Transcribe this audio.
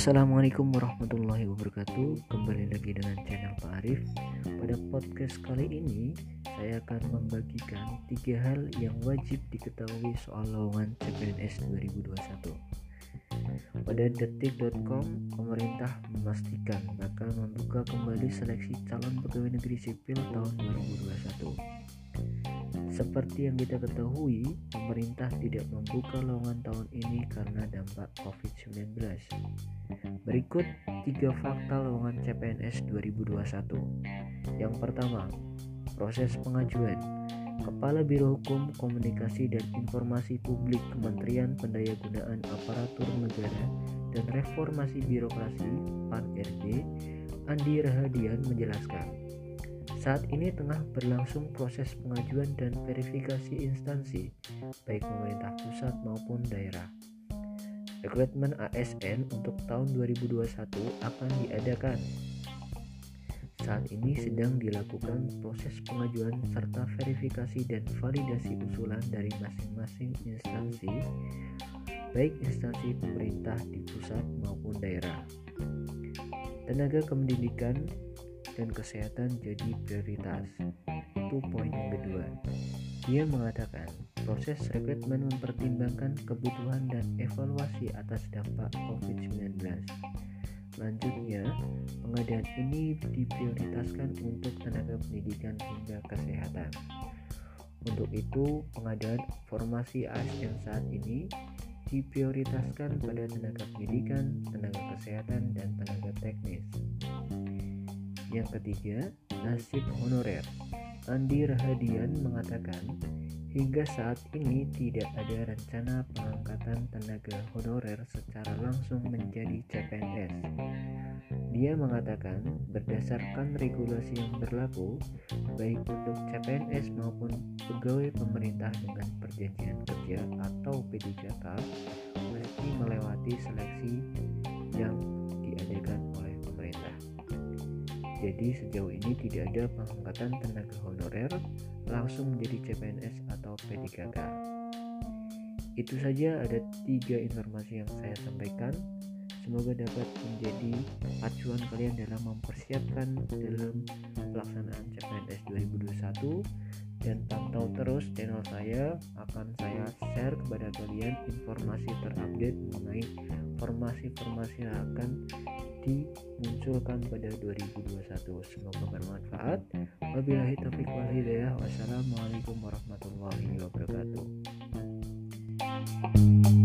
Assalamualaikum warahmatullahi wabarakatuh. Kembali lagi dengan channel Pak Arif. Pada podcast kali ini saya akan membagikan 3 hal yang wajib diketahui soal lowongan CPNS 2021. Pada detik.com, pemerintah memastikan bakal membuka kembali seleksi calon pegawai negeri sipil tahun 2021. Seperti yang kita ketahui, pemerintah tidak membuka lowongan tahun ini karena dampak COVID-19. Berikut 3 fakta lowongan CPNS 2021. Yang pertama, proses pengajuan. Kepala Biro Hukum, Komunikasi dan Informasi Publik Kementerian Pendayagunaan Aparatur Negara dan Reformasi Birokrasi (PAN-RB), Andi Rahadian menjelaskan, saat ini tengah berlangsung proses pengajuan dan verifikasi instansi, baik pemerintah pusat maupun daerah. Rekrutmen ASN untuk tahun 2021 akan diadakan. Saat ini sedang dilakukan proses pengajuan serta verifikasi dan validasi usulan dari masing-masing instansi, baik instansi pemerintah di pusat maupun daerah. Tenaga kependidikan dan kesehatan jadi prioritas. Itu poin yang kedua. Dia mengatakan proses rekrutmen mempertimbangkan kebutuhan dan evaluasi atas dampak COVID-19. Selanjutnya, pengadaan ini diprioritaskan untuk tenaga pendidikan hingga kesehatan. Untuk itu, pengadaan formasi ASN saat ini diprioritaskan pada tenaga pendidikan, tenaga kesehatan, dan tenaga teknis. Yang ketiga, nasib honorer. Andi Rahadian mengatakan, hingga saat ini tidak ada rencana pengangkatan tenaga honorer secara langsung menjadi CPNS. Dia mengatakan, berdasarkan regulasi yang berlaku, baik untuk CPNS maupun pegawai pemerintah dengan perjanjian kerja atau P3K, mesti melewati seleksi yang diadakan oleh pemerintah. Jadi sejauh ini tidak ada pengangkatan tenaga honorer langsung menjadi CPNS atau P3K. Itu saja, ada 3 informasi yang saya sampaikan. Semoga dapat menjadi acuan kalian dalam mempersiapkan dalam pelaksanaan CPNS 2021, dan pantau terus channel saya. Akan saya share kepada kalian informasi terupdate mengenai formasi-formasi yang akan dimunculkan pada 2021. Semoga bermanfaat. Wabillahi taufiq wal hidayah. Wassalamualaikum warahmatullahi wabarakatuh.